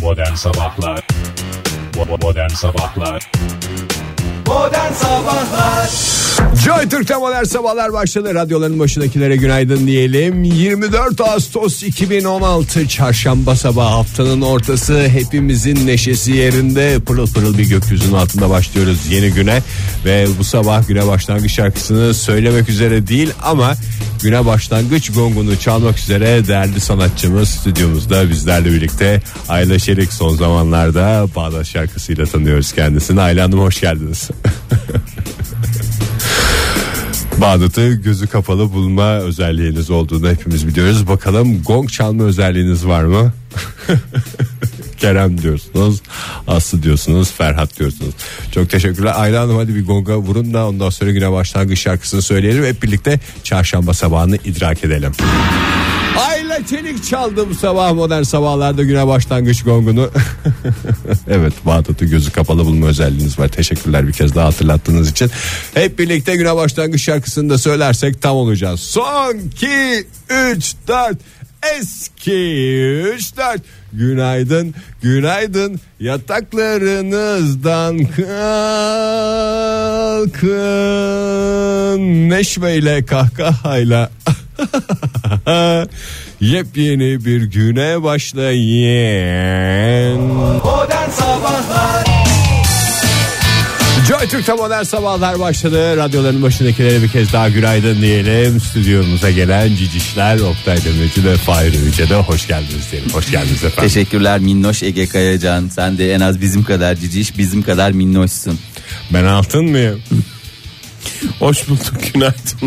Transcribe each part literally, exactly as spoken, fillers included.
Modern Sabahlar Modern Sabahlar Modern Sabahlar Joy Türk'te Modern Sabahlar başladı. Radyoların başındakilere günaydın diyelim. yirmi dört Ağustos iki bin on altı Çarşamba sabahı, haftanın ortası, hepimizin neşesi yerinde, pırıl pırıl bir gökyüzünün altında başlıyoruz yeni güne. Ve bu sabah güne başlangıç şarkısını söylemek üzere değil ama güne başlangıç gongunu çalmak üzere değerli sanatçımız stüdyomuzda bizlerle birlikte. Ayla Şerik, son zamanlarda Bağdat şarkısıyla tanıyoruz kendisini. Ayla Hanım, hoş geldiniz. Bağdat'ı gözü kapalı bulma özelliğiniz olduğunu hepimiz biliyoruz. Bakalım gong çalma özelliğiniz var mı? Kerem diyorsunuz, Aslı diyorsunuz, Ferhat diyorsunuz. Çok teşekkürler. Ayla Hanım, hadi bir gonga vurun da ondan sonra güne başlangıç şarkısını söyleyelim. Hep birlikte çarşamba sabahını idrak edelim. Ayla Çelik çaldı bu sabah Modern Sabahlar'da güne başlangıç gongunu. Evet, Bağdat'ı gözü kapalı bulma özelliğiniz var. Teşekkürler bir kez daha hatırlattığınız için. Hep birlikte güne başlangıç şarkısını da söylersek tam olacağız. Son iki üç dört eski üç dört. Günaydın, günaydın, yataklarınızdan kalkın, neşveyle, kahkahayla yepyeni bir güne başlayın. Modern Sabahlar Joy Türk'te Modern Sabahlar başladı. Radyoların başındakilere bir kez daha günaydın diyelim. Stüdyomuza gelen cicişler Oktay Demirci ve Fahir Öğünç'e hoş geldiniz diyelim. Hoş geldiniz efendim. Teşekkürler minnoş Ege Kayacan. Sen de en az bizim kadar ciciş, bizim kadar minnoşsun. Ben altın mıyım? Hoş bulduk, günaydın.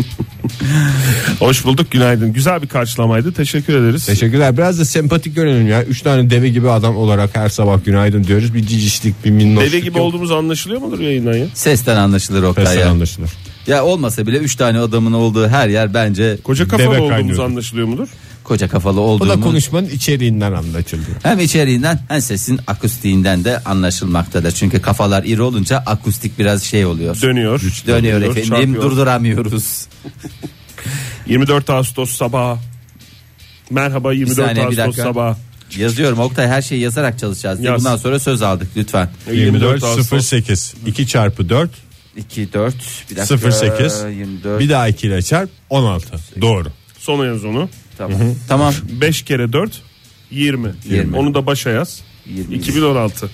Hoş bulduk, günaydın. Güzel bir karşılamaydı, teşekkür ederiz. Teşekkürler. Biraz da sempatik görelim ya. Üç tane deve gibi adam olarak her sabah günaydın diyoruz. Bir cicişlik, bir minnoşluk. Deve gibi yok. olduğumuz anlaşılıyor mudur yayından ya? Sesten anlaşılır Oktay Sesten ya. anlaşılır. Ya olmasa bile üç tane adamın olduğu her yer bence Koca kafalı Deve olduğumuz kaynıyordu. anlaşılıyor mudur? koca kafalı Bu da olduğumuz. konuşmanın içeriğinden anlaşılıyor. Hem içeriğinden hem sesin akustiğinden de anlaşılmaktadır. Çünkü kafalar iri olunca akustik biraz şey oluyor. Dönüyor. Dönüyor efendim, çarpıyor. durduramıyoruz. yirmi dört Ağustos sabahı. Merhaba, yirmi dört saniye, bir Ağustos dakika. sabahı. Yazıyorum Oktay, her şeyi yazarak çalışacağız diye. Yaz. Bundan sonra söz aldık lütfen. yirmi dört sıfır sekiz iki çarpı dört iki dört bir dakika. sıfır sekiz yirmi dört bir daha iki ile çarp on altı. Doğru. Sona yaz onu. Tamam. Tamam. beş kere dört yirmi. yirmi. Onu da başa yaz. yirmi. iki bin on altı.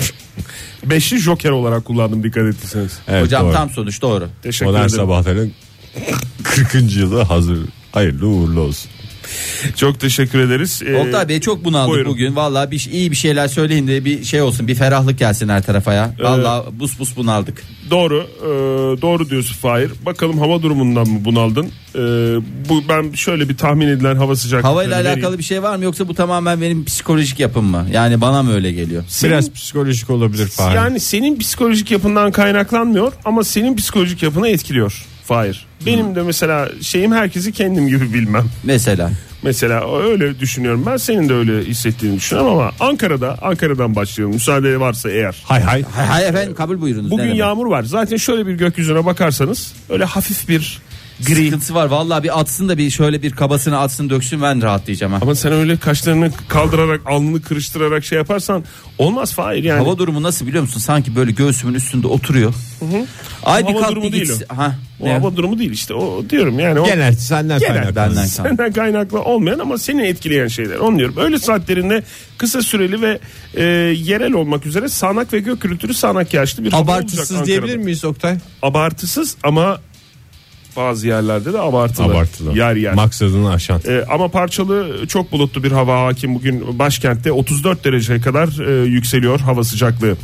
beşi joker olarak kullandım, dikkat ettiyseniz. Evet, Hocam doğru. tam sonuç doğru. Teşekkür Modern ederim. Sabahların kırkıncı yılı hazır. Hayırlı uğurlu olsun. Çok teşekkür ederiz. Ee, Oktay Bey, çok bunaldık buyurun. bugün. Vallahi bir iyi bir şeyler söyleyin de bir şey olsun, bir ferahlık gelsin her tarafa ya. Vallahi bus bus bunaldık. Doğru, e, doğru diyorsun Fahir. Bakalım hava durumundan mı bunaldın? E, bu ben şöyle bir tahmin edilen hava sıcaklıkları Havayla vereyim. alakalı bir şey var mı, yoksa bu tamamen benim psikolojik yapım mı? Yani bana mı öyle geliyor? Senin- Biraz psikolojik olabilir Fahir. Yani senin psikolojik yapından kaynaklanmıyor ama senin psikolojik yapını etkiliyor Fahir. Benim de mesela şeyim, herkesi kendim gibi bilmem. Mesela. Mesela öyle düşünüyorum ben, senin de öyle hissettiğini düşünüyorum ama Ankara'da, Ankara'dan başlayalım müsaade varsa eğer. Hay hay. Hay hay efendim, kabul buyurunuz. Bugün Ne demek? yağmur var. Zaten şöyle bir gökyüzüne bakarsanız öyle hafif bir gri. Sıkıntısı var vallahi, bir atsın da bir şöyle bir kabasını atsın döksün, ben rahatlayacağım ha. Ama sen öyle kaşlarını kaldırarak, alnını kırıştırarak şey yaparsan olmaz Fahir yani. Hava durumu nasıl biliyor musun? Sanki böyle göğsümün üstünde oturuyor. Ay O bir hava kalk durumu bir değil gitsin. o. Ha, O ne? hava durumu değil işte, o diyorum yani. O Genel senden Genel, kaynaklı. benden kaynaklı. senden kaynaklı olmayan ama seni etkileyen şeyler. Onu diyorum. Öyle saatlerinde kısa süreli ve e, yerel olmak üzere sağanak ve gök gürültülü, sağanak yağışlı bir hava olacak Abartısız Ankara'da. diyebilir miyiz Oktay? Abartısız ama bazı yerlerde de abartılı. Abartılı. Yer yer. Maksadını aşan. E, ama parçalı, çok bulutlu bir hava hakim bugün başkentte. otuz dört dereceye kadar e, yükseliyor hava sıcaklığı.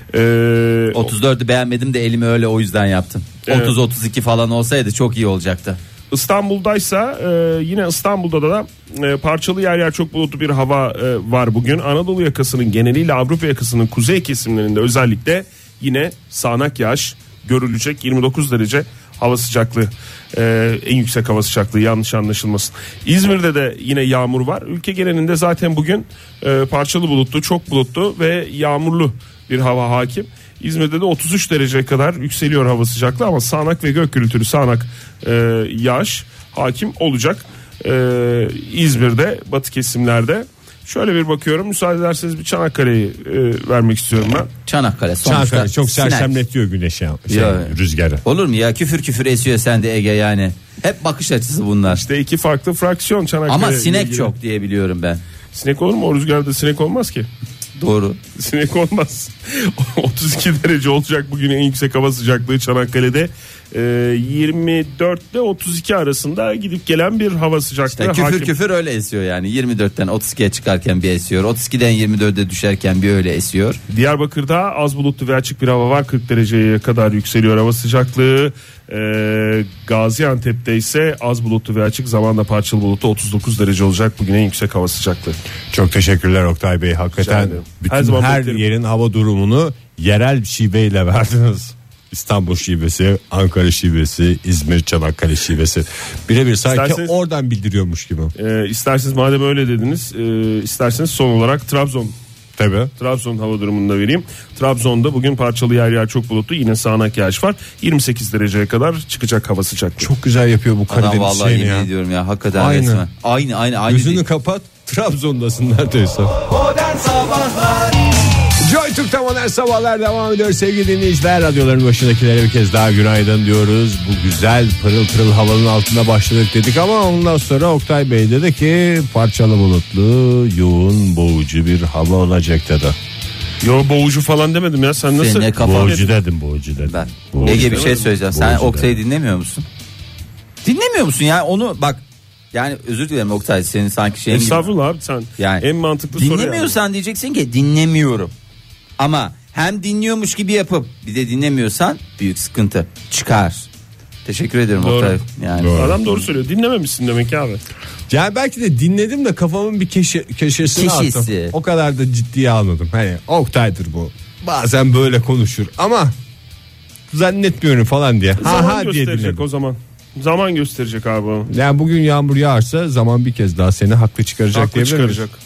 E, otuz dördü beğenmedim de elimi öyle o yüzden yaptım. Evet. otuz otuz iki falan olsaydı çok iyi olacaktı. İstanbul'daysa e, yine İstanbul'da da e, parçalı yer yer çok bulutlu bir hava e, var bugün. Anadolu yakasının geneliyle Avrupa yakasının kuzey kesimlerinde özellikle yine sağanak yağış görülecek. yirmi dokuz derece hava sıcaklığı, e, en yüksek hava sıcaklığı, yanlış anlaşılmasın. İzmir'de de yine yağmur var. Ülke genelinde zaten bugün e, parçalı bulutlu, çok bulutlu ve yağmurlu bir hava hakim. İzmir'de de otuz üç dereceye kadar yükseliyor hava sıcaklığı ama sağanak ve gök gürültülü sağanak e, yağış hakim olacak. E, İzmir'de, batı kesimlerde Şöyle bir bakıyorum. Müsaade ederseniz bir Çanakkale'yi e, vermek istiyorum ben. Çanakkale sonuçta. Çanakkale çok sinek. sersemletiyor güneşi, şey, Ya. rüzgarı. Olur mu ya, küfür küfür esiyor sende Ege yani. Hep bakış açısı bunlar. İşte iki farklı fraksiyon Çanakkale. Ama sinek ilgili. çok diye biliyorum ben. Sinek olur mu? O rüzgarda sinek olmaz ki. Doğru. Sinek olmaz. otuz iki derece olacak bugün en yüksek hava sıcaklığı Çanakkale'de. Ee, yirmi dört ile otuz iki arasında gidip gelen bir hava sıcaklığı. İşte küfür hakim. küfür öyle esiyor yani. yirmi dörtten otuz ikiye çıkarken bir esiyor. otuz ikiden yirmi dörde düşerken bir öyle esiyor. Diyarbakır'da az bulutlu ve açık bir hava var. kırk dereceye kadar yükseliyor hava sıcaklığı. Ee, Gaziantep'te ise az bulutlu ve açık, zamanla parçalı bulutlu, otuz dokuz derece olacak bugün en yüksek hava sıcaklığı. Çok teşekkürler Oktay Bey. Rica Hakikaten ederim. bütün Her her, zaman beklerim. yerin hava durumunu yerel şiveyle verdiniz. İstanbul şivesi, Ankara şivesi, İzmir, Çanakkale şivesi. Birebir sanki İsterseniz- oradan bildiriyormuş gibi. Ee, isterseniz madem öyle dediniz, e, isterseniz son olarak Trabzon Tabii. Trabzon hava durumunu da vereyim. Trabzon'da bugün parçalı yer yer çok bulutlu, yine sağanak yağış var. yirmi sekiz dereceye kadar çıkacak hava sıcaklığı. Çok güzel yapıyor bu Adam Karadeniz vallahi şeyini yemin ya. ediyorum ya, hakikaten Aynı. resmen. Aynı aynı aynı. Gözünü değil. kapat, Trabzon'dasın neredeyse. Modern Sabahlar Joy Türk'te modern sabahlar devam ediyor sevgili dinleyiciler. Radyoların başındakilere bir kez daha günaydın diyoruz. Bu güzel pırıl pırıl havanın altında başladık dedik ama ondan sonra Oktay Bey dedi ki parçalı bulutlu, yoğun, boğucu bir hava olacak dedi. Yo, boğucu falan demedim ya, sen nasıl? Senin ne kafan? Boğucu dedim, boğucu dedim. Ben. Boğucu Ege bir dedim. şey söyleyeceğim. Sen Boğucu Oktay'ı dedim. dinlemiyor musun? Dinlemiyor musun ya onu bak. Yani özür dilerim Oktay, senin sanki şeyin gibi. Estağfurullah abi, sen Yani en mantıklı soru. dinlemiyorsan diyeceksin ki dinlemiyorum. Ama hem dinliyormuş gibi yapıp bir de dinlemiyorsan büyük sıkıntı çıkar. Teşekkür ederim Doğru. Oktay. Yani Doğru. Adam doğru söylüyor. Dinlememişsin demek ki abi. Yani belki de dinledim de kafamın bir keşe, köşesine Keşesi. attım. O kadar da ciddiye almadım. Hani Oktay'dır bu. Bazen böyle konuşur ama zannetmiyorum falan diye. Ha Zaman ha diye gösterecek dinledim. o zaman. Zaman gösterecek abi o. Yani bugün yağmur yağarsa zaman bir kez daha seni haklı çıkaracak Haklı diyebilir miyiz? çıkaracak.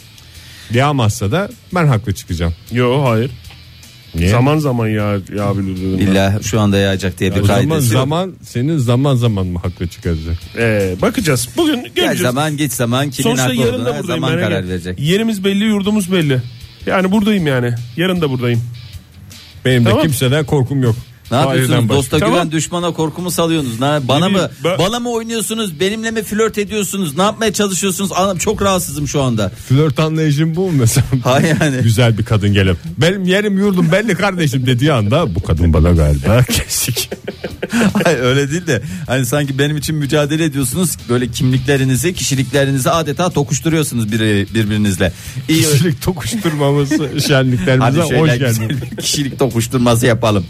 Yağmazsa da ben haklı çıkacağım. Yo, hayır. Niye? Zaman zaman yağ, yağabilir dedim ben. billah şu anda yağacak diye bir O zaman kaidesi yok. zaman senin zaman zaman mı haklı çıkaracak? Ee, bakacağız. Bugün Gel göreceğiz. zaman geç zaman kimin Sonuçta haklı yarın da olduğuna buradayım. zaman ben. karar Yani verecek. yerimiz belli, yurdumuz belli. Yani buradayım yani. Yarın da buradayım. Benim Tamam. de kimseden korkum yok. Ne yapıyorsunuz? Fahir'den Dosta başka. güven Tamam. düşmana korkumu salıyorsunuz. Ne, bana Ne mı bileyim, ben- bana mı oynuyorsunuz? Benimle mi flört ediyorsunuz? Ne yapmaya çalışıyorsunuz? Anam çok rahatsızım şu anda. Flört anlayışım bu mu mesela? Hayır yani. Güzel bir kadın gelip benim yerim yurdum belli kardeşim dediği anda bu kadın bana galiba kesik. Hayır öyle değil de hani sanki benim için mücadele ediyorsunuz. Böyle kimliklerinizi, kişiliklerinizi adeta tokuşturuyorsunuz biri, birbirinizle. İyi. Kişilik tokuşturmamız şenliklerimize Hadi hoş şöyle geldin. güzel bir kişilik tokuşturması yapalım.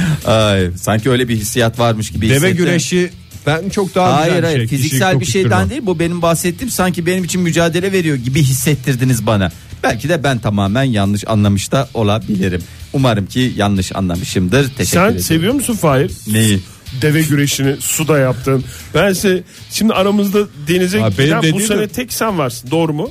Ay, sanki öyle bir hissiyat varmış gibi Deve hissettim. güreşi ben çok daha Hayır güzel bir hayır şey. fiziksel bir Kişilik şeyden tokuşturma. değil, bu benim bahsettiğim sanki benim için mücadele veriyor gibi hissettirdiniz bana. Belki de ben tamamen yanlış anlamış da olabilirim. Umarım ki yanlış anlamışımdır. Teşekkür Sen ederim. seviyor musun Fahir? Neyi? Deve güreşini suda yaptın. Bense şimdi aramızda denize Abi benim giden bu dediğim sene de- tek sen varsın. Doğru mu?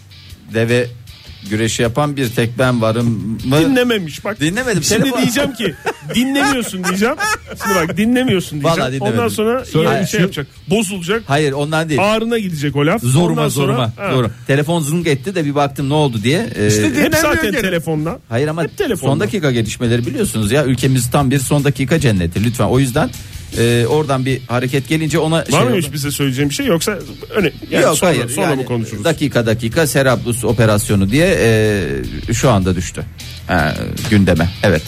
Deve güreşi yapan bir tek ben varım mı? Dinlememiş bak. Dinlemedim. Şimdi Telefon- diyeceğim ki dinlemiyorsun diyeceğim. Şimdi bak dinlemiyorsun Vallahi diyeceğim. dinlemedim. Ondan sonra, Sonra yine bir şey şu- yapacak. Bozulacak. Hayır ondan değil. Ağrına gidecek o laf. Zoruma Ondan sonra- zoruma. Ha. Doğru. Telefon zınk etti de bir baktım ne oldu diye. Ee, İşte Hep Dinlemiyor zaten gene. telefonla. Hayır ama Hep telefonda. son dakika gelişmeleri biliyorsunuz ya, ülkemiz tam bir son dakika cenneti lütfen. O yüzden e, oradan bir hareket gelince ona Var şey mıymış oldu. bize söyleyeceğim bir şey yoksa öne yani Yok sonra, hayır sonra yani mı konuşuruz? dakika dakika Serablus operasyonu diye e, şu anda düştü e, gündeme. Evet.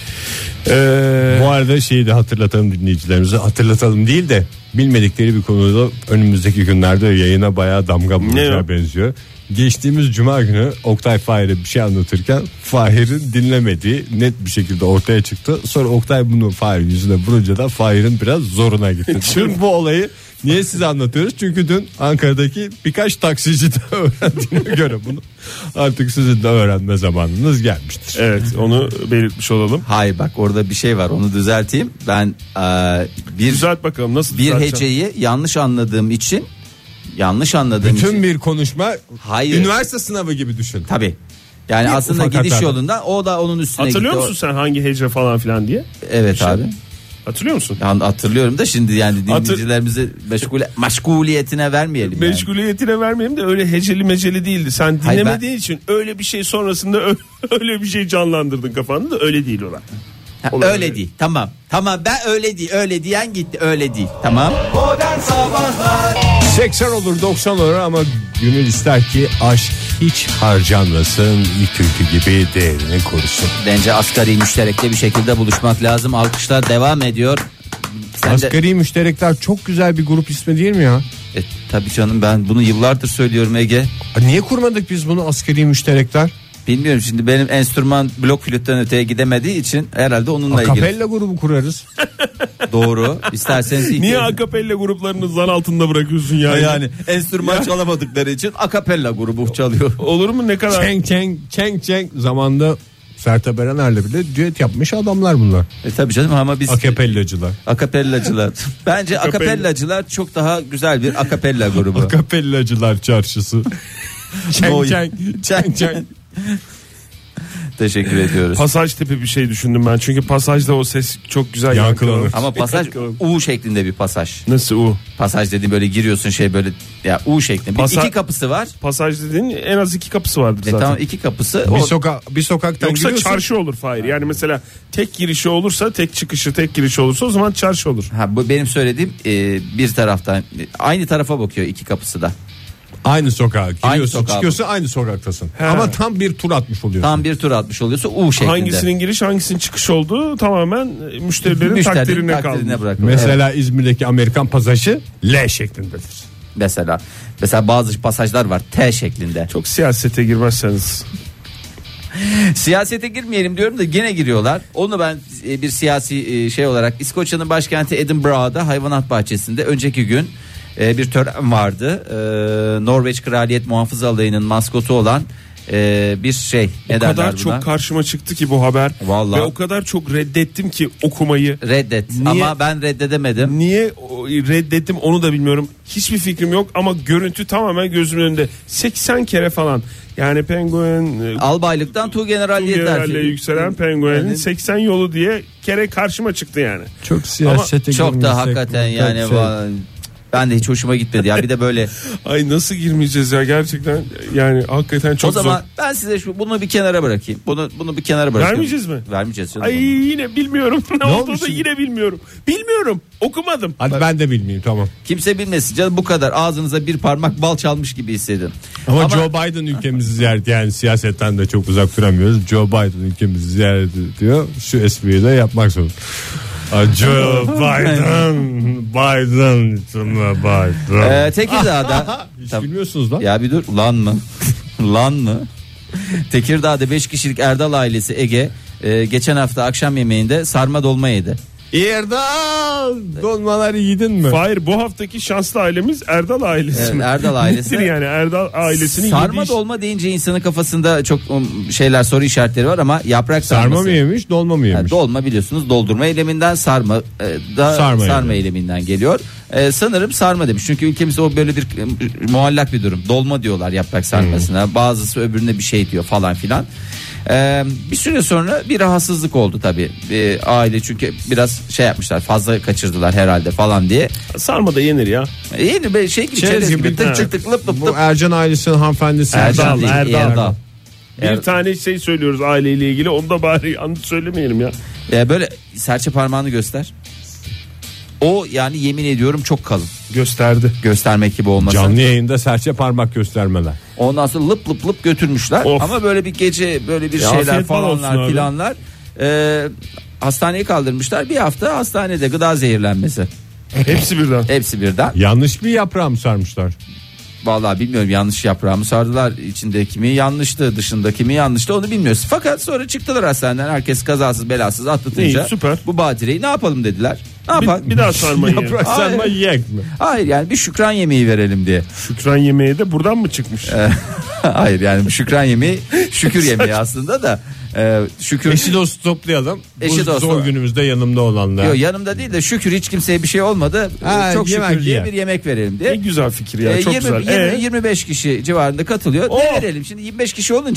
Ee, Bu arada şeyi de hatırlatalım dinleyicilerimize. Hatırlatalım değil de bilmedikleri bir konuda önümüzdeki günlerde yayına bayağı damga Ne vuracağı o? benziyor. Geçtiğimiz cuma günü Oktay Fahir'e bir şey anlatırken Fahir'in dinlemediği net bir şekilde ortaya çıktı. Sonra Oktay bunu Fahir yüzüne vurunca da Fahir'in biraz zoruna gitti. Çünkü bu olayı niye size anlatıyoruz? Çünkü dün Ankara'daki birkaç taksici de öğrendiğine göre bunu artık sizin de öğrenme zamanınız gelmiştir. evet, onu belirtmiş olalım. Hayır bak orada bir şey var, onu düzelteyim. Ben e, bir Düzelt bakalım nasıl bir düzelteceğim? heceyi yanlış anladığım için yanlış anladığım Bütün için bir konuşma Hayır. üniversite sınavı gibi düşün. tabii. Yani Bir aslında ufak gidiş hata. yolunda o da onun üstüne Hatırlıyor gitti. musun sen hangi hece falan filan diye? Evet abi. Hatırlıyor musun? Yani hatırlıyorum da şimdi yani Hatır- dinleyicilerimizi meşgul meşguliyetine vermeyelim. Yani. Meşguliyetine vermeyeyim de öyle heceli meceli değildi. Sen Hayır, dinlemediğin ben- için öyle bir şey sonrasında ö- öyle bir şey canlandırdın kafanda da öyle değil olan. Ha, Olabilir. öyle değil. Tamam. Tamam ben öyle değil. Öyle diyen gitti. Öyle değil. Tamam. Modern Sabahlar seksen olur doksan olur ama gönül ister ki aşk hiç harcanmasın, ilk ülkü gibi değerini korusun. Bence asgari müşterekte bir şekilde buluşmak lazım. Alkışlar devam ediyor. Sen de- Asgari müşterekler çok güzel bir grup ismi değil mi ya? E, tabii canım ben bunu yıllardır söylüyorum Ege. Niye kurmadık biz bunu asgari müşterekler? Bilmiyorum şimdi benim enstrüman blok flütten öteye gidemediği için herhalde onunla ilgili. Akapella grubu kurarız. Doğru. İsterseniz ilk Niye akapella gruplarını zan altında bırakıyorsun ya? yani enstrüman çalamadıkları için akapella grubu çalıyor. Olur mu ne kadar? Çeng çeng çeng çeng zamanda Sertab Erener'le bile düet yapmış adamlar bunlar. E tabii canım ama biz Akapellacılar. akapellacılar. Bence akapellacılar çok daha güzel bir akapella grubu. Akapellacılar çarşısı. Çeng Noy. çeng çeng çeng. Teşekkür ediyoruz. Pasaj tipi bir şey düşündüm ben. Çünkü pasajda o ses çok güzel Yankılanır. yankılanır. Ama pasaj U şeklinde bir pasaj. Nasıl o? Pasaj dediğim böyle giriyorsun şey böyle ya U şeklinde. Bir Pasa- iki kapısı var. Pasaj dediğin en az iki kapısı vardır E zaten. tamam iki kapısı. Bir, O, soka bir sokaktan Yoksa giriyorsun. çarşı olur Fahir. Yani mesela tek girişi olursa, tek çıkışı, tek girişi olursa o zaman çarşı olur. ha, bu benim söylediğim e, bir taraftan aynı tarafa bakıyor iki kapısı da. Aynı sokağa giriyorsun, sokağa çıkıyorsun aynı sokaktasın. He. Ama tam bir tur atmış oluyorsun. Tam bir tur atmış oluyorsa U şeklinde. Hangisinin giriş, hangisinin çıkış olduğu tamamen e, müşterilerin Müşterinin takdirine, takdirine kalmış. bırakıyor. Mesela İzmir'deki Amerikan pasajı L şeklindedir. Mesela mesela bazı pasajlar var T şeklinde. Çok siyasete girmezseniz. Siyasete girmeyelim diyorum da gene giriyorlar. Onu ben e, bir siyasi e, şey olarak İskoçya'nın başkenti Edinburgh'da hayvanat bahçesinde önceki gün e, bir tören vardı. E, Norveç Kraliyet Muhafız Alayı'nın maskotu olan e, bir şey. Ne O derler kadar buna? çok karşıma çıktı ki bu haber. Vallahi. Ve o kadar çok reddettim ki okumayı. Reddet. Niye- Ama ben reddedemedim. Niye o- reddettim onu da bilmiyorum. Hiçbir fikrim yok ama görüntü tamamen gözümün önünde. seksen kere falan. Yani penguen e, Albaylıktan Tuğgeneralliğe Tuğgeneralliğe yükselen penguenin Yani- seksen yolu diye kere karşıma çıktı yani. Çok siyasete Çok da girmesek hakikaten bu yani şey. va- ben de hiç hoşuma gitmedi ya bir de böyle. Ay nasıl girmeyeceğiz ya gerçekten yani hakikaten çok O zaman zor. ben size şu bunu bir kenara bırakayım. Bunu bunu bir kenara bırakayım. Vermeyeceğiz mi? Vermeyeceğiz canım. Ay yine bilmiyorum ne, Ne olduğunu olmuş da şimdi? yine bilmiyorum. Bilmiyorum okumadım. Hadi ben de bilmeyeyim tamam. Kimse bilmesin canım bu kadar ağzınıza bir parmak bal çalmış gibi hissedin. Ama, Ama- Joe Biden ülkemizi ziyaret yani siyasetten de çok uzak duramıyoruz. Joe Biden ülkemizi ziyaret ediyor. Şu espriyi de yapmak zorunda. Aa, Joe Biden, Biden, Biden. Ee, Tekirdağ'da Hiç Tabii. bilmiyorsunuz lan. ya bir dur lan mı? lan mı? Tekirdağ'da beş kişilik Erdal ailesi Ege e, geçen hafta akşam yemeğinde sarma dolma yedi. Erdal dolmaları yedin mi? Hayır bu haftaki şanslı ailemiz Erdal ailesi. Evet, mi? Erdal ailesi. Nedir yani Erdal ailesinin Sarma yediği- dolma deyince insanın kafasında çok um, şeyler soru işaretleri var ama yaprak sarması. Sarma mı yemiş, dolma mı Yani yemiş? dolma biliyorsunuz doldurma eyleminden sarma e, da Sarma sarma, eylemi. eyleminden geliyor. E, sanırım sarma demiş. Çünkü ülkemizde o böyle bir e, muallak bir durum. Dolma diyorlar yaprak sarmasına. Bazısı öbürüne bir şey diyor falan filan. E, bir süre sonra bir rahatsızlık oldu tabii. E, aile çünkü biraz şey yapmışlar. Fazla kaçırdılar herhalde falan diye. Sarma da yenir ya. E, yeni bir şey gibi, Çerez çerez gibi, gibi tık ha. tık tık lıp lıp Bu lıp. Ercan ailesinin hanımefendisi. Ercan Erdal, değil, Erdal. Erdal. Bir Er- tane şey söylüyoruz aileyle ilgili onu da bari yanlış söylemeyelim ya. E, böyle serçe parmağını göster. O yani yemin ediyorum çok kalın. Gösterdi. Göstermek gibi olmasın. Canlı yayında serçe parmak göstermeler. Ondan sonra lıp lıp lıp götürmüşler. Of. Ama böyle bir gece böyle bir Ya şeyler afiyet bal olsun falanlar abi. filanlar. Ee, hastaneye kaldırmışlar. Bir hafta hastanede gıda zehirlenmesi. Hepsi birden. Hepsi birden. Yanlış bir yaprağı mı sarmışlar? Vallahi bilmiyorum yanlış yaprağı mı sardılar. İçindeki mi yanlıştı, dışındaki mi yanlıştı onu bilmiyoruz. Fakat sonra çıktılar hastaneden. Herkes kazasız belasız atlatınca. İyi, süper. Bu badireyi ne yapalım dediler. Ne yapalım? Bir, bir daha sarmayı ye. Yaprak Hayır. sarma yiyek mi? Hayır yani bir şükran yemeği verelim diye. Şükran yemeği de buradan mı çıkmış? Hayır yani şükran yemeği şükür yemeği aslında da. Ee, şükür. Eşi dostu toplayalım. Eşi Bu dostu. zor günümüzde yanımda olanlar. Yok yanımda değil de şükür hiç kimseye bir şey olmadı. Ha, Ee, Çok yemek şükür diye yiyen. bir yemek verelim diye. Ne güzel fikir ya Ee, çok yirmi, güzel. yirmi, Ee? yirmi beş kişi civarında katılıyor. Oh! Ne verelim şimdi yirmi beş kişi olunca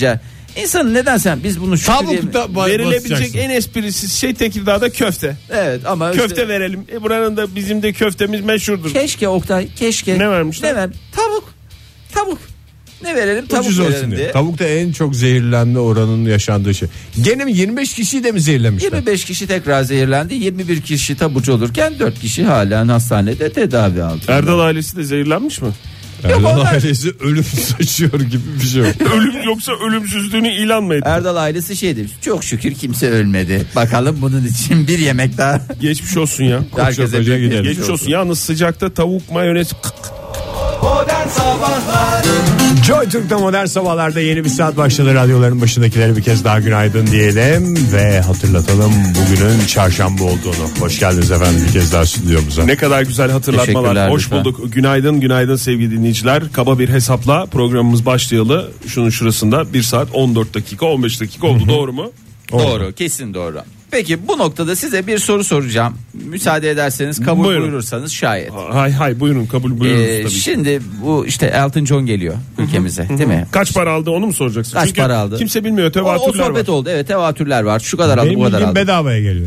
İnsanın neden sen biz bunu şükür Tavuk da ba- Verilebilecek basacaksın. en esprisiz şey Tekirdağ'da köfte. Evet ama Köfte işte, verelim. E buranın da bizim de köftemiz meşhurdur. keşke Oktay keşke. Ne vermişler? Ne ver? Tavuk. Tavuk. Ne verelim? Tavuk Ucuz olsun verelim diye. diye. Tavuk da en çok zehirlenme oranının yaşandığı şey. Gene mi yirmi beş kişiyi de mi zehirlemişler? yirmi beş kişi tekrar zehirlendi. yirmi bir kişi taburcu olurken dört kişi halen hastanede tedavi aldı. Erdal ailesi de zehirlenmiş mi? Erdal onlar- ailesi ölüm saçıyor gibi bir şey yok. Ölüm yoksa ölümsüzlüğünü ilan mı etti? Erdal ailesi şey demiş. Çok şükür kimse ölmedi. Bakalım bunun için bir yemek daha. Geçmiş olsun ya. Herkese koca bir gidelim. Geçmiş olsun. Yalnız sıcakta tavuk mayonez. Modern Sabahlar Joy Türk'te modern sabahlarda yeni bir saat başladı. Radyoların başındakilere bir kez daha günaydın diyelim ve hatırlatalım bugünün çarşamba olduğunu. Hoş geldiniz efendim bir kez daha stüdyomuza. Ne kadar güzel hatırlatmalar. Teşekkürler Hoş lütfen. bulduk. Günaydın günaydın sevgili dinleyiciler. Kaba bir hesapla programımız başlayalı. Şunun şurasında bir saat on dört dakika on beş dakika oldu. Doğru mu? Doğru, kesin doğru. Peki bu noktada size bir soru soracağım. Müsaade ederseniz kabul Buyurun. buyurursanız şayet. Hay hay buyurun kabul buyurunuz Ee, tabii ki. şimdi bu işte Elton John geliyor ülkemize değil mi? Kaç para aldı onu mu soracaksın? Kaç Çünkü para aldı? kimse bilmiyor O, o tevatürler sohbet var. oldu, evet, tevatürler var. Şu kadar aldı, Benim bu kadar bildiğim aldı. bedavaya geliyor.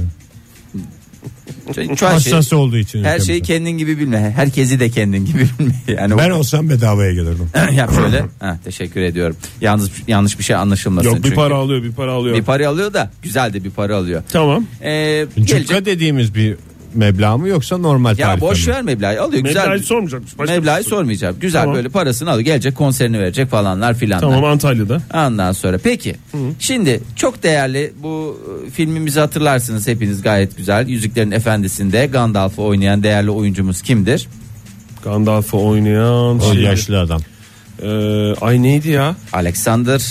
Şu her şey, Hassası olduğu için. her ülkemizde. şeyi kendin gibi bilme. Herkesi de kendin gibi bilme. Yani Ben olsam bedavaya gelirdim. yap şöyle. Ha, teşekkür ediyorum. Yalnız yanlış bir şey anlaşılmasın. Yok bir çünkü. para alıyor bir para alıyor. Bir para alıyor da güzel de bir para alıyor. Tamam. Ee, Cukka gelecek. dediğimiz bir meblağ mı yoksa normal Ya tarife boş mi? ver meblağı alıyor. Güzel. Meblağı sormayacakmış. Başka Meblağı bir soru. sormayacağım. Güzel Tamam. böyle parasını alıyor. Gelecek konserini verecek falanlar filanlar. Tamam Antalya'da. Ondan sonra peki şimdi çok değerli bu e, filmimizi hatırlarsınız hepiniz gayet güzel. Yüzüklerin Efendisi'nde Gandalf'ı oynayan değerli oyuncumuz kimdir? Gandalf'ı oynayan O şey. yaşlı adam. Ee, ay neydi ya? Alexander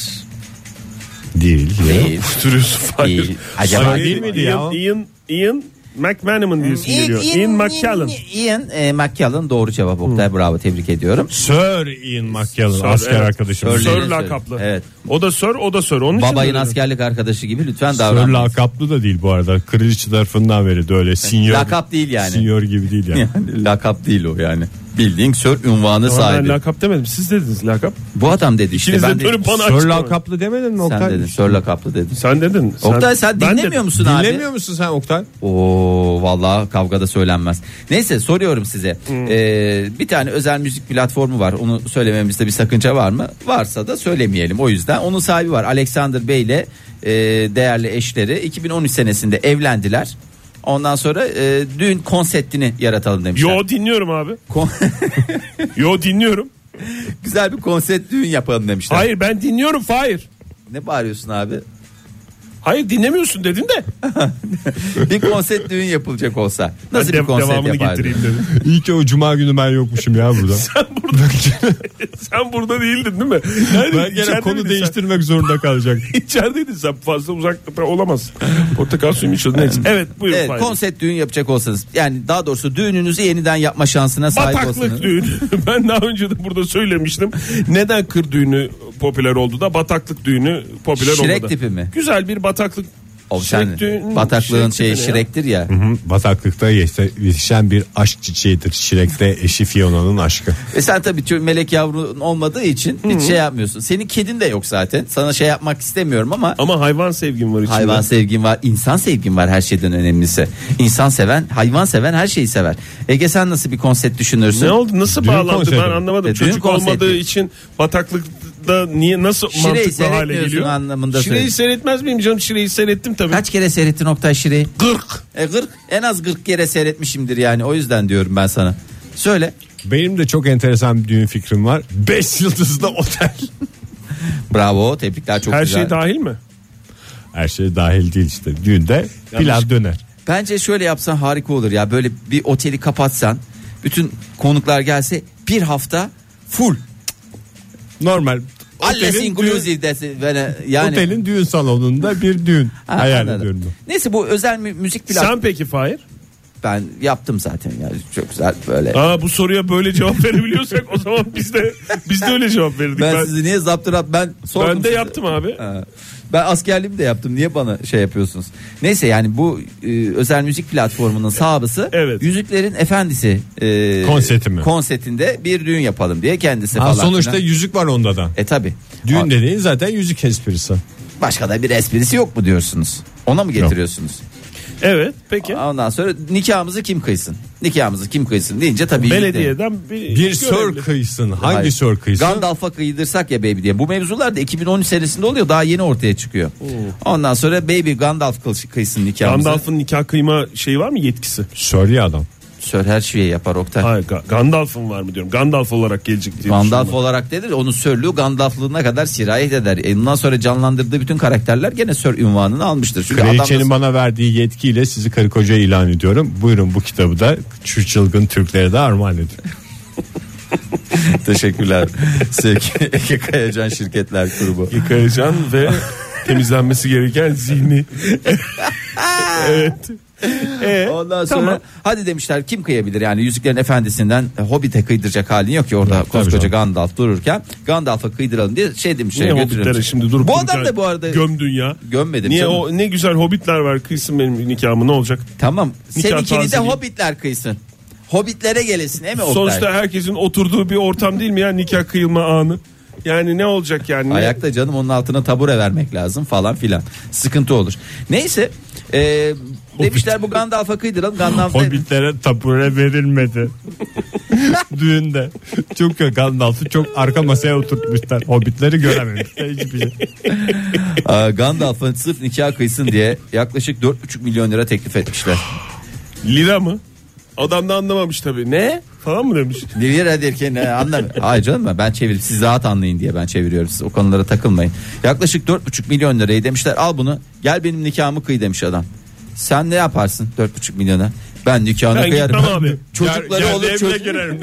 Değil. değil. Duruyorsun Fahir. değil. Acaba Ay, değil miydi ya? Ian, Ian, Ian McManaman diyorsun geliyor. Ian McKellen. Ian e, McKellen doğru cevap Oktay, bravo, tebrik ediyorum. Sir Ian McKellen Sir, asker evet. arkadaşımız. Sir. Sir Öyle lakaplı. Evet. O da Sir o da Sir. Onun için Babayın dedim. askerlik arkadaşı gibi lütfen Sir davranmayın. lakaplı da değil bu arada. Kraliçe tarafından verildi öyle senior. Lakap değil yani. Senior gibi değil yani. Yani lakap değil o yani. Bildiğin Sir unvanı Ama sahibi. ben lakap demedim. Siz dediniz lakap. Bu adam dedi işte. İkiniz Ben de de, dönüp bana Sir açıklamayın. lakaplı demedin mi sen Oktay? dedin Sir lakaplı dedin. Sen dedin. Oktay sen Ben dinlemiyor dedim. musun abi? Dinlemiyor musun sen Oktay? Oo vallahi kavgada söylenmez. Neyse soruyorum size. Ee, bir tane özel müzik platformu var. Onu söylememizde bir sakınca var mı? Varsa da söylemeyelim. O yüzden onun sahibi var. Alexander Bey ile e, değerli eşleri iki bin on üç senesinde evlendiler. Ondan sonra e, düğün konseptini yaratalım demişler. Yo dinliyorum abi. Kon- Yo dinliyorum. Güzel bir konsept düğün yapalım demişler. Hayır ben dinliyorum Fahir. Ne bağırıyorsun abi? Hayır dinlemiyorsun dedin de. Bir konsept düğün yapılacak olsa nasıl Ben bir de- konsept devamını yapardın? getireyim dedim. İyi ki o cuma günü ben yokmuşum ya burada. Sen burada sen burada değildin değil mi? Yani Ben gene içeride konu miydin değiştirmek zorunda kalacak. Sen? İçerideydin sen fazla uzakta olamaz. Portakal suyunu içiyordun neyse. Evet buyurun Evet, Fahir. konsept düğün yapacak olsanız yani daha doğrusu düğününüzü yeniden yapma şansına sahip olsanız. Bataklık düğünü. Ben daha önce de burada söylemiştim. Neden kır düğünü popüler oldu da bataklık düğünü popüler olmadı. Şirek tipi mi? Güzel bir bataklık. O sen Şirek düğün- bataklığın Şirek şeyi tipi ne ya? Şirek'tir ya. Hı, Bataklıkta yetişen bir aşk çiçeğidir. Şirek'te eşi Fiona'nın aşkı. Ve sen tabii çok melek yavrun olmadığı için hiç şey yapmıyorsun. Senin kedin de yok zaten. Sana şey yapmak istemiyorum ama Ama hayvan sevgim var içinde. hayvan sevgin var, insan sevgin var her şeyden önemlisi. İnsan seven, hayvan seven her şeyi sever. Ege sen nasıl bir konsept düşünürsün? Ne oldu? Nasıl Düğün bağlandı konsepti ben mi? anlamadım. E, düğün Çocuk konsepti. olmadığı için bataklıkta niye nasıl Şireyi mantıklı hale seyretmiyorsun geliyor? anlamında Şireyi söyle. seyretmez miyim canım? Şireyi seyrettim tabii. Kaç kere seyrettin Oktay Şire'yi? Gırk. E kırk, en az kırk kere seyretmişimdir yani o yüzden diyorum ben sana. Söyle. Benim de çok enteresan bir düğün fikrim var. Beş yıldızlı otel. Bravo, tebrikler, çok Her güzel. şey dahil mi? Her şey dahil değil işte. Düğünde pilav döner. Bence şöyle yapsan harika olur ya. Böyle bir oteli kapatsan, bütün konuklar gelse bir hafta full. Normal. Alles Otelin, düğün, inclusive desin böyle yani. otelin düğün salonunda bir düğün. Ha, Hayal anladım. ediyorum. ben. Neyse bu özel mü- müzik platformu. Sen peki Fahir? Ben yaptım zaten yani çok güzel böyle. Aa, bu soruya böyle cevap verebiliyorsak o zaman biz de biz de öyle cevap verirdik. Ben, Ben, sizi niye zaptırap ben sordum. ben de size. yaptım abi. Ha. Ben askerliğimi de yaptım. Niye bana şey yapıyorsunuz? Neyse yani bu e, özel müzik platformunun sahibi Evet. Yüzüklerin Efendisi e, Konseti mi? konsetinde bir düğün yapalım diye kendisi Ha, falan. sonuçta filan. yüzük var onda da. E tabi. Düğün dediğin zaten yüzük esprisi. Başka da bir esprisi yok mu diyorsunuz? Ona mı getiriyorsunuz? Evet, peki. Ondan sonra nikahımızı kim kıysın? Nikahımızı kim kıysın deyince tabii. Belediyeden bir, Bir sör kıysın. Hangi Hayır. sör kıysın? Gandalf'a kıydırsak ya baby diye. Bu mevzular da iki bin on üç senesinde oluyor. Daha yeni ortaya çıkıyor. Ondan sonra baby Gandalf kıy- kıysın nikahımızı. Gandalf'ın nikah kıyma şeyi var mı, yetkisi? Sör ya adam. Sör her şeyi yapar Oktay. Hayır, Ga- Gandalf'ın var mı diyorum. Gandalf olarak gelecek diye. Gandalf düşündüm. olarak denir. Onun sörlüğü Gandalf'lığına kadar sirayet eder. E, Ondan sonra canlandırdığı bütün karakterler gene sör ünvanını almıştır. Çünkü Kraliçenin adam da- bana verdiği yetkiyle sizi karı koca ilan ediyorum. Buyurun, bu kitabı da şu çılgın Türklere de armağan ediyorum. Teşekkürler. Sevgili Ege Kayacan Şirketler Grubu. Yıkayacan ve temizlenmesi gereken zihni. Evet. Ee, Ondan sonra tamam. hadi demişler kim kıyabilir yani Yüzüklerin Efendisi'nden e, Hobbit'e kıydıracak halin yok ki orada Yok, koskoca tabii Gandalf dururken Gandalf'a kıydıralım diye şey demişler. Niye götürün. Hobbit'lere şimdi durup Bu dururken adam da bu arada gömdün ya. gömmedim Niye canım. o ne güzel Hobbit'ler var, kıysın benim nikahımı, ne olacak? Tamam Nikah seninkini de tazeliği. Hobbitler kıysın. Hobbitlere gelesin değil mi Oktay? Sonuçta herkesin oturduğu bir ortam değil mi ya nikah kıyılma anı? Yani ne olacak yani? Ne- Ayakta canım, onun altına tabure vermek lazım falan filan. Sıkıntı olur. Neyse e, demişler bu Gandalf'a kıydıralım. Gandalf da- Hobbitlere tapure verilmedi. Düğünde. Çok ya, Gandalf'ı çok arka masaya oturtmuşlar. Hobbitleri görememişler hiçbir şey. Aa, Gandalf'ın sırf nikah kıysın diye yaklaşık dört buçuk milyon lira teklif etmişler. Lira mı? Adam da anlamamış tabii. Ne? Falan mı demiş? Lira derken ne anlamıyor. Hayır canım, ben çevirip siz rahat anlayın diye ben çeviriyorum. Siz o konulara takılmayın. Yaklaşık dört buçuk milyon lirayı demişler, al bunu gel benim nikahımı kıy demiş adam. Sen ne yaparsın dört buçuk milyona? Ben nikahını Ben kıyarım. gitmem abi. Çocukları Ger- olur gerdeğe bile çocuk... girerim.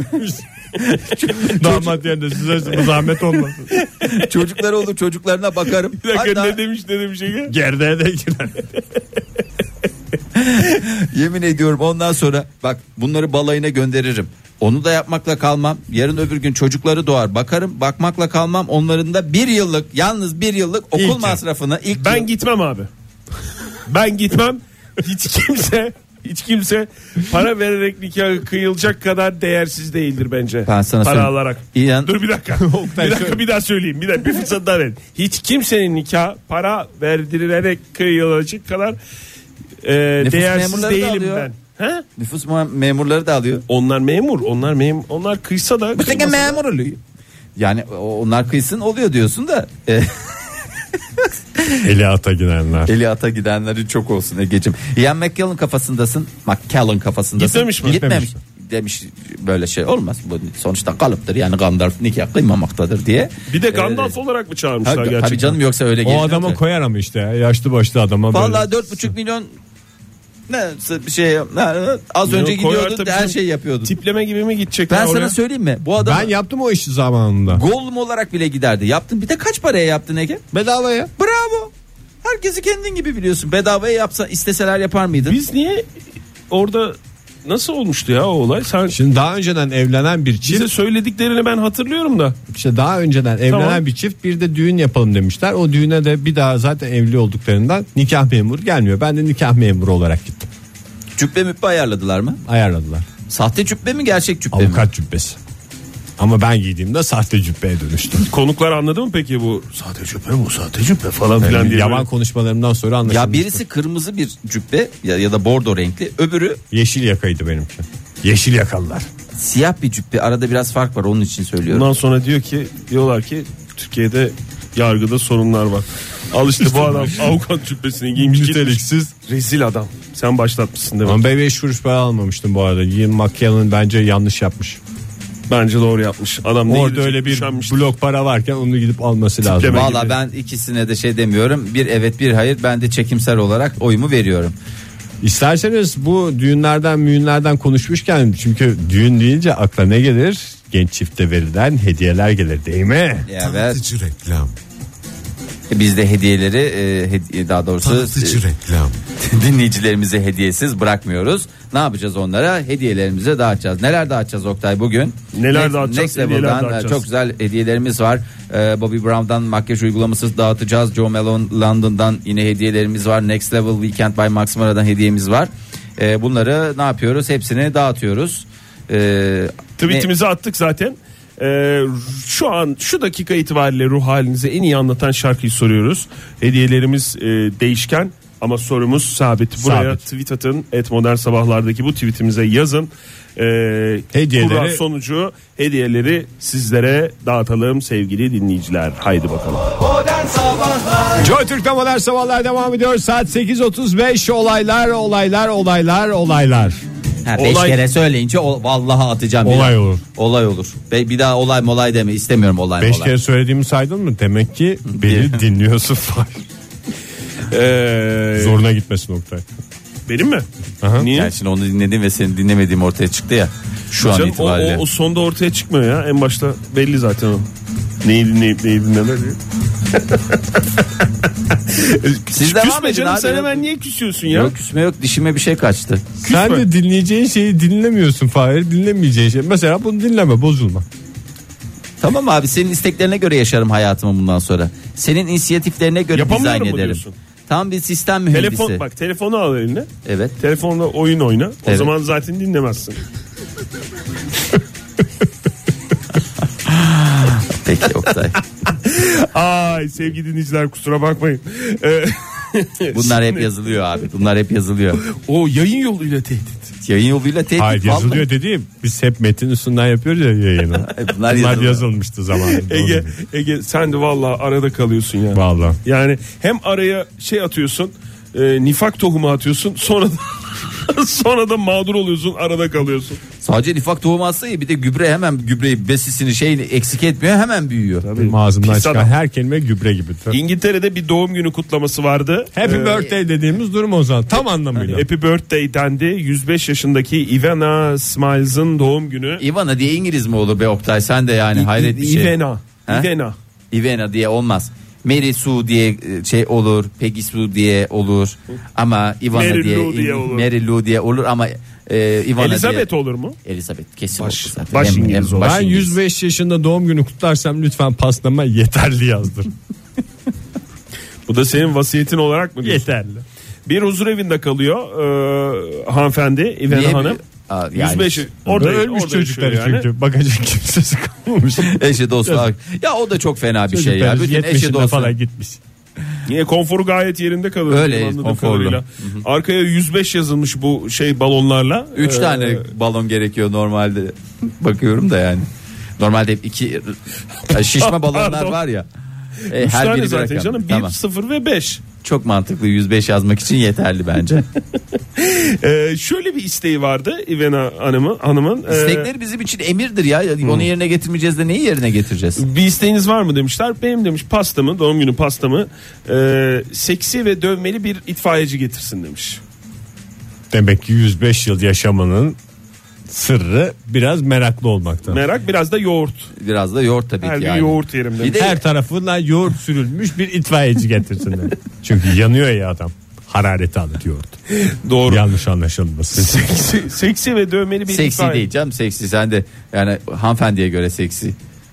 Damat yerine size zahmet olmasın. çocukları olur çocuklarına bakarım. Bir dakika, Hatta, ne demiş ne demiş Ege? Gerdeğe de girer. yemin ediyorum ondan sonra bak bunları balayına gönderirim. Onu da yapmakla kalmam. Yarın öbür gün çocukları doğar bakarım. Bakmakla kalmam. Onların da bir yıllık, yalnız bir yıllık okul İlk yıl. masrafını ilk Ben yıl- gitmem abi. Ben gitmem. Hiç kimse hiç kimse para vererek nikah kıyılacak kadar değersiz değildir bence. Ben sana para söyleyeyim. alarak. İnan- Dur bir dakika. bir dakika bir daha söyleyeyim. Bir, dakika, bir fırsat daha verin. Hiç kimsenin nikah para verdirerek kıyılacak kadar e, Nüfus değersiz memurları da değilim alıyor. ben. Ha? Nüfus mem- memurları da alıyor. Onlar memur. Onlar memur. Onlar kıysa da. Bu tek kıymasa da- memur oluyor. Yani o- onlar kıysın oluyor diyorsun da e, Eli ata gidenler. eli ata gidenlerin çok olsun Ege'cim. Ian McKellen kafasındasın. McKellen kafasındasın. Gitmemiş mi? Gitmemiş. Demiş böyle şey olmaz. Bu sonuçta kalıptır yani Gandalf nikah kıymamaktadır diye. Bir de Gandalf olarak mı çağırmışlar Ha, gerçekten? tabii canım, yoksa öyle O gelmez adama mi? koyar ama işte ya, yaşlı başlı adama böyle. Vallahi dört buçuk milyon ne bir şey ne, az önce Yok, koyar gidiyordu tabii her canım. şey yapıyordu. Tipleme gibi mi gidecek? Ben ya sana oraya? söyleyeyim mi? Bu adam Ben yaptım o işi zamanında. Gollum olarak bile giderdi. Yaptın. Bir de kaç paraya yaptın Ege? Bedavaya. Bravo. Herkesi kendin gibi biliyorsun. Bedavaya yapsa isteseler yapar mıydın? Biz niye orada nasıl olmuştu ya o olay? Sen Şimdi daha önceden evlenen bir çift, bize söylediklerini ben hatırlıyorum da. işte daha önceden evlenen Tamam. bir çift bir de düğün yapalım demişler. O düğüne de bir daha zaten evli olduklarından nikah memuru gelmiyor. Ben de nikah memuru olarak gittim. Cübbe mübbe ayarladılar mı? Ayarladılar. Sahte cübbe mi gerçek cübbe mi? Avukat cübbesi. Ama ben giydiğimde sahte cübbeye dönüştüm. Konuklar anladı mı peki bu sahte cübbe bu sahte cübbe falan filan Yani diye. yalan böyle. konuşmalarımdan sonra anlaşılmıştı. Ya birisi kırmızı bir cübbe ya, ya da bordo renkli, öbürü Yeşil yakaydı benimki. Yeşil yakalılar. siyah bir cübbe. Arada biraz fark var, onun için söylüyorum. Bundan sonra diyor ki diyorlar ki Türkiye'de yargıda sorunlar var. Al işte bu adam avukat cübbesini giymiş gitmiş. Niteliksiz. Rezil adam. Sen başlatmışsın demek. Ama ben beş kuruş para almamıştım bu arada. Ian McKellen bence yanlış yapmış. Bence doğru yapmış. Adam ne Orada gidecek, öyle bir üşenmiş. blok para varken onu gidip alması lazım. Tipleme. Valla gibi. ben ikisine de şey demiyorum. Bir evet bir hayır. Ben de çekimsel olarak oyumu veriyorum. İsterseniz bu düğünlerden müğünlerden konuşmuşken, çünkü düğün deyince akla ne gelir? Genç çifte verilen hediyeler gelir değil mi? Evet. Tanıtıcı reklam. Biz de hediyeleri e, hediye, daha doğrusu Tanıtıcı e, reklam. dinleyicilerimizi hediyesiz bırakmıyoruz. Ne yapacağız onlara? Hediyelerimizi dağıtacağız. Neler dağıtacağız Oktay bugün? Neler Next, dağıtacağız? Next Hediyeler Level'dan dağıtacağız. çok güzel hediyelerimiz var. Ee, Bobby Brown'dan makyaj uygulaması dağıtacağız. Joe Malone London'dan yine hediyelerimiz var. Next Level Weekend by Max Mara'dan hediyemiz var. Ee, bunları ne yapıyoruz? Hepsini dağıtıyoruz. Ee, Tweetimizi ne? attık zaten. Ee, şu an şu dakika itibariyle ruh halinizi en iyi anlatan şarkıyı soruyoruz. Hediyelerimiz e, değişken ama sorumuz sabit. Buraya Sabit. tweet atın. Et Modern Sabahlar'daki bu tweetimize yazın. Ee, Hediyeleri- kura sonucu hediyeleri sizlere dağıtalım sevgili dinleyiciler. Haydi bakalım. Modern Sabahlar Joy Türk'te Modern Sabahlar devam ediyor. Saat sekiz otuz beş. Olaylar olaylar olaylar olaylar. Ha, beş Olay- kere söyleyince o, vallahi atacağım. Olay bir daha. olur. Olay olur. Be, bir daha olay molay deme istemiyorum olay Beş molay. kere söylediğimi saydın mı? Demek ki beni dinliyorsun falan. Ee, Zoruna gitmesin Oktay. benim mi? Aha. Niye? Yani şimdi onu dinledim ve seni dinlemediğim ortaya çıktı ya. Şu an Canım, o, itibariyle. o, o sonda ortaya çıkmıyor ya. En başta belli zaten o. Neyi dinleyip neyi dinlemediği. Siz devam Küsme edin canım abi. sen hemen niye küsüyorsun ya? Yok küsme yok, dişime bir şey kaçtı. Sen de dinleyeceğin şeyi dinlemiyorsun Fahir. Dinlemeyeceğin şey. Mesela bunu dinleme, bozulma. Tamam abi, senin isteklerine göre yaşarım hayatımı bundan sonra. Senin inisiyatiflerine göre Yapamıyorum dizayn mu ederim. diyorsun? Tam bir sistem mühendisi. Telefon bak telefonu al eline. Evet. Telefonla oyun oyna. O Evet. zaman zaten dinlemezsin. Peki Oktay. Ay sevgili dinleyiciler kusura bakmayın. Ee, Bunlar hep yazılıyor abi. Bunlar hep yazılıyor. o yayın yoluyla tehdit. Yayın yoluyla tehdit. Hayır, yazılıyor vallahi. dediğim biz hep metin üstünden yapıyoruz ya yayını. Bunlar Bunlar yazılıyor. yazılmıştı zamanında. Ege, Ege sen de vallahi arada kalıyorsun ya. Vallahi. Yani hem araya şey atıyorsun, e, nifak tohumu atıyorsun, sonra da sonra da mağdur oluyorsun, arada kalıyorsun. Sadece nifak tohumu atsa ya, bir de gübre, hemen gübreyi, besisini şeyini eksik etmiyor, hemen büyüyor. Benim ağzımdan Pis çıkan adam. her kelime gübre gibidir. İngiltere'de bir doğum günü kutlaması vardı. Happy Ee, birthday dediğimiz durum o zaman tam anlamıyla. Happy birthday dendi. yüz beş yaşındaki Ivana Smiles'ın doğum günü. Ivana diye İngiliz mi olur be Oktay, sen de yani hayret bir şey. Ivana. Ha? Ivana. Ivana diye olmaz. Mary Sue diye şey olur, Peggy Sue diye olur ama Ivana Mary diye, Lou diye olur. Mary Lou diye olur ama e, Ivana Elizabeth diye. olur mu? Elizabeth kesin Baş- olur zaten. baş Hem- hem İngiliz olur. baş Ben İngiliz. yüz beş yaşında doğum günü kutlarsam lütfen pastama yeterli yazdır. Bu da senin vasiyetin olarak mı diyorsun? Yeterli. Bir huzur evinde kalıyor e, hanımefendi Ivana Niye Hanım. bir- Aa, yani yüz beş orada Ölmüş orada çocukları yaşıyor yani. çünkü bakacak kimsesi kalmamış. eşi dostu. Ya o da çok fena bir şey ya. Çocukları Bütün eşi yetmişinde dostu. falan gitmiş. Niye konforu gayet yerinde kalıyor. Öyle, anladığım konforlu. kadarıyla. Arkaya yüz beş yazılmış bu şey balonlarla. Üç Ee, tane balon gerekiyor normalde. Bakıyorum da yani. Normalde hep iki şişme balonlar Pardon. var ya. E, Üç her tane biri bir zaten rakam. canım. Bir, Tamam. sıfır ve beş. Çok mantıklı, yüz beş yazmak için yeterli bence. Ee, şöyle bir isteği vardı Ivana Hanım'ın. hanımın. Ee, İstekleri bizim için emirdir ya. Onu yerine getirmeyeceğiz de neyi yerine getireceğiz? bir isteğiniz var mı demişler. Benim demiş pastamı, doğum günü pastamı e, seksi ve dövmeli bir itfaiyeci getirsin demiş. Demek ki yüz beş yıl yaşamanın sırrı biraz meraklı olmakta. Merak biraz da yoğurt. Biraz da yoğurt tabii Her ki gün yani. yoğurt yerim demiş. Bir de Her tarafına yoğurt sürülmüş bir itfaiyeci getirsinler. Çünkü yanıyor ya adam. Harareti alır yoğurt. Doğru. Yanlış anlaşılmasın. Seksi, seksi ve dövmeli bir seksi itfaiye. değil canım, seksi sen de yani hanımefendiye göre seksi.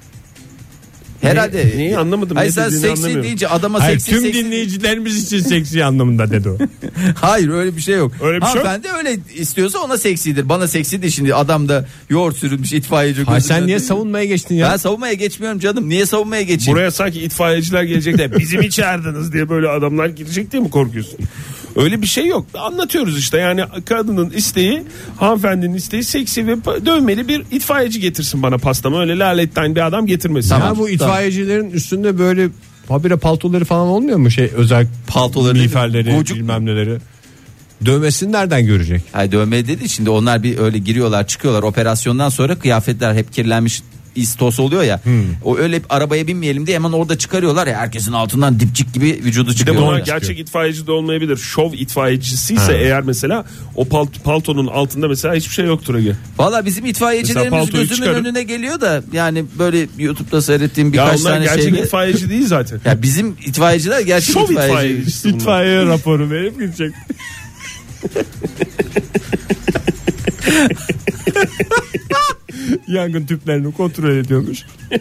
Herhalde. neyi anlamadım, Hayır ne sen dediğini seksi anlamıyorum. deyince adama Hayır, seksi tüm seksi. dinleyicilerimiz için seksi anlamında dedi o. Hayır öyle bir şey yok. Öyle bir şey yok. Hanımefendi öyle istiyorsa ona seksidir. Bana seksi de şimdi adam da yoğurt sürülmüş itfaiyeci. Hayır, sen gözünden- niye savunmaya geçtin ya? Ben savunmaya geçmiyorum canım. Niye savunmaya geçeyim? Buraya sanki itfaiyeciler gelecek de bizim mi çağırdınız diye böyle adamlar girecek diye mi korkuyorsun? Öyle bir şey yok. Anlatıyoruz işte yani kadının isteği, hanımefendinin isteği seksi ve pa- dövmeli bir itfaiyeci getirsin bana pastamı. Öyle laletten bir adam getirmesin. Tamam. Ya bu itfaiyecilerin üstünde böyle habire paltoları falan olmuyor mu? Şey özel Paltoları değil mi? miğferleri Gocuk- bilmem neleri. Dövmesini nereden görecek? Hayır dövme dedi, şimdi onlar bir öyle giriyorlar çıkıyorlar, operasyondan sonra kıyafetler hep kirlenmiş, istos oluyor ya. O öyle arabaya binmeyelim diye hemen orada çıkarıyorlar ya, herkesin altından dipçik gibi vücudu Bir de çıkıyor. bunlar orada. gerçek itfaiyeci de olmayabilir. Şov itfaiyecisi ise eğer mesela o palt- paltonun altında mesela hiçbir şey yoktur Ege. Valla bizim Mesela itfaiyecilerimiz paltoyu gözümün çıkarıp- önüne geliyor da yani böyle YouTube'da seyrettiğim Ya birkaç onlar tane gerçek şeyde. itfaiyeci değil zaten. Ya bizim itfaiyeciler gerçek Şov itfaiyeci. itfaiyecisi bunlar. İtfaiye raporu verip gidecek. Yangın tüplerini kontrol ediyormuş.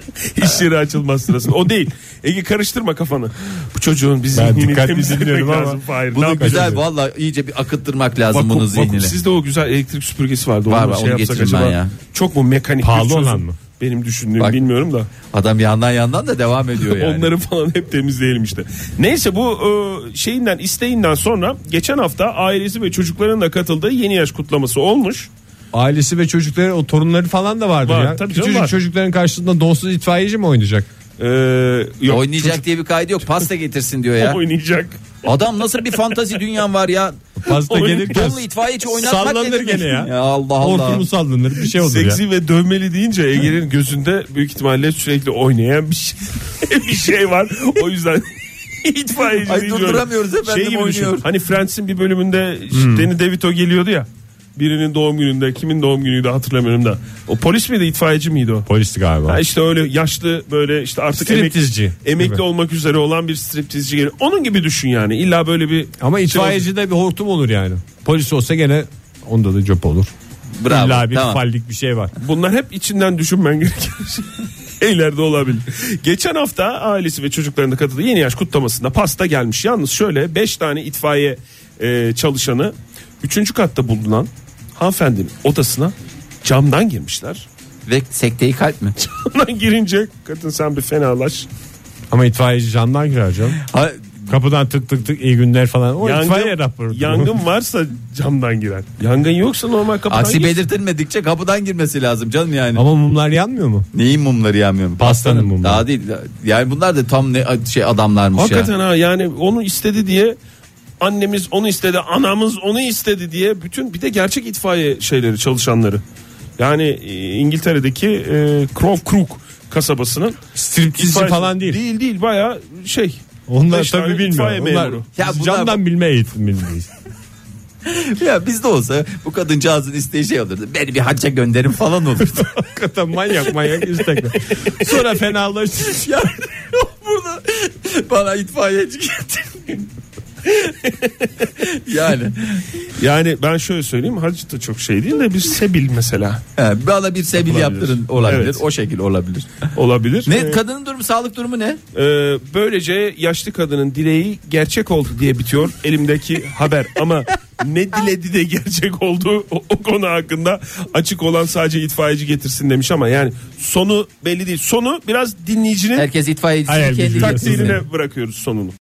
İş yeri açılmaz sırasında. O değil. Ege karıştırma kafanı. Bu çocuğun bir Ben zihnini dikkatli temizlemek dinliyorum ama lazım. Fahir. Ne Bunu yapacağız? güzel vallahi iyice bir akıttırmak lazım Vakum, bunun zihnine. vakum. Sizde o güzel elektrik süpürgesi vardı. Var, Onu var, şey onu yapsak getireyim ben acaba ya. çok mu mekanik? Pahalı bir çözüm? olan mı? Benim düşündüğüm Bak. bilmiyorum da. Adam yandan yandan da devam ediyor yani. Onları falan hep temizleyelim işte. Neyse bu e, şeyinden isteğinden sonra geçen hafta ailesi ve çocukların da katıldığı yeni yaş kutlaması olmuş. Ailesi ve çocukları, o torunları falan da vardır Var, ya. tabii Küçücük canım var. çocukların karşısında donsuz itfaiyeci mi oynayacak? Ee, yok, Oynayacak çocuk diye bir kaydı yok. Pasta getirsin diyor ya. oynayacak. Adam nasıl bir fantazi dünyan var ya. Pasta Oyun- gelirken Donlu itfaiyeci oynatmak sallanır nedir? gene ya. Ya Allah Allah. hortumu sallanır, bir şey olur Seksi ya. ve dövmeli deyince Ege'nin gözünde büyük ihtimalle sürekli oynayan bir şey, bir şey var. O yüzden itfaiyeci Ay, deyince durduramıyoruz efendim, şey gibi düşün. oynuyor. Hani Friends'in bir bölümünde Hmm. Danny DeVito geliyordu ya. Birinin doğum gününde, kimin doğum günüydü hatırlamıyorum da. O polis miydi, itfaiyeci miydi o? Polisti galiba. Ha işte öyle yaşlı böyle işte artık Striptizci emekli, emekli gibi. olmak üzere olan bir striptizci geliyor. Onun gibi düşün yani. İlla böyle bir Ama itfaiyeci de bir hortum olur yani. Polis olsa gene onda da cöp olur. Bravo. İlla bir Tamam. fallik bir şey var. Bunlar hep içinden düşünmen gereken şeyler de olabilir. Geçen hafta ailesi ve çocuklarının katıldığı yeni yaş kutlamasında pasta gelmiş. Yalnız şöyle beş tane itfaiye e, çalışanı üçüncü katta bulunan hanımefendinin odasına camdan girmişler. Ve sekteyi kalp mi? Camdan girince kadın sen bir fenalaş. Ama itfaiyeci camdan girer canım. Ha, Kapıdan tık tık tık iyi günler falan. O itfaiye raporu. yangın varsa camdan girer. Yangın yoksa normal kapıdan aksi gir. belirtilmedikçe kapıdan girmesi lazım canım yani. Ama mumlar yanmıyor mu? Neyin mumları yanmıyor mu? Pastanın mumları. Daha değil. Yani bunlar da tam ne şey adamlarmış Hakikaten ya. ha yani onu istedi diye annemiz onu istedi, anamız onu istedi diye bütün bir de gerçek itfaiye şeyleri çalışanları. Yani e, İngiltere'deki e, Crow Crook kasabasının Striptizci itfaiyesi- falan değil. Değil değil bayağı şey. Onlar beş tane tabii itfaiye bilmiyor. Onlar, memuru. Ya biz bunlar- camdan bilme eğitimindeyiz. Ya bizde olsa bu kadıncağızın isteği şey olurdu. Beni bir hacca gönderin falan olurdu. Hakikaten manyak manyak istekler. Sonra fenalaşır. ya burada bana itfaiyeci getirin. yani Yani ben şöyle söyleyeyim, hac da çok şey değil de bir sebil mesela he, bana bir sebil Yapılabilir. yaptırın olabilir. Evet. O şekil olabilir. olabilir. Ne Ee, kadının durumu, sağlık durumu ne? e, böylece yaşlı kadının dileği gerçek oldu diye bitiyor elimdeki haber. Ama ne diledi de gerçek oldu o, o konu hakkında açık olan sadece itfaiyeci getirsin demiş ama yani sonu belli değil. Sonu biraz dinleyicinin Herkes itfaiyecisini Hayal kendi gücü. takdirine bırakıyoruz sonunu.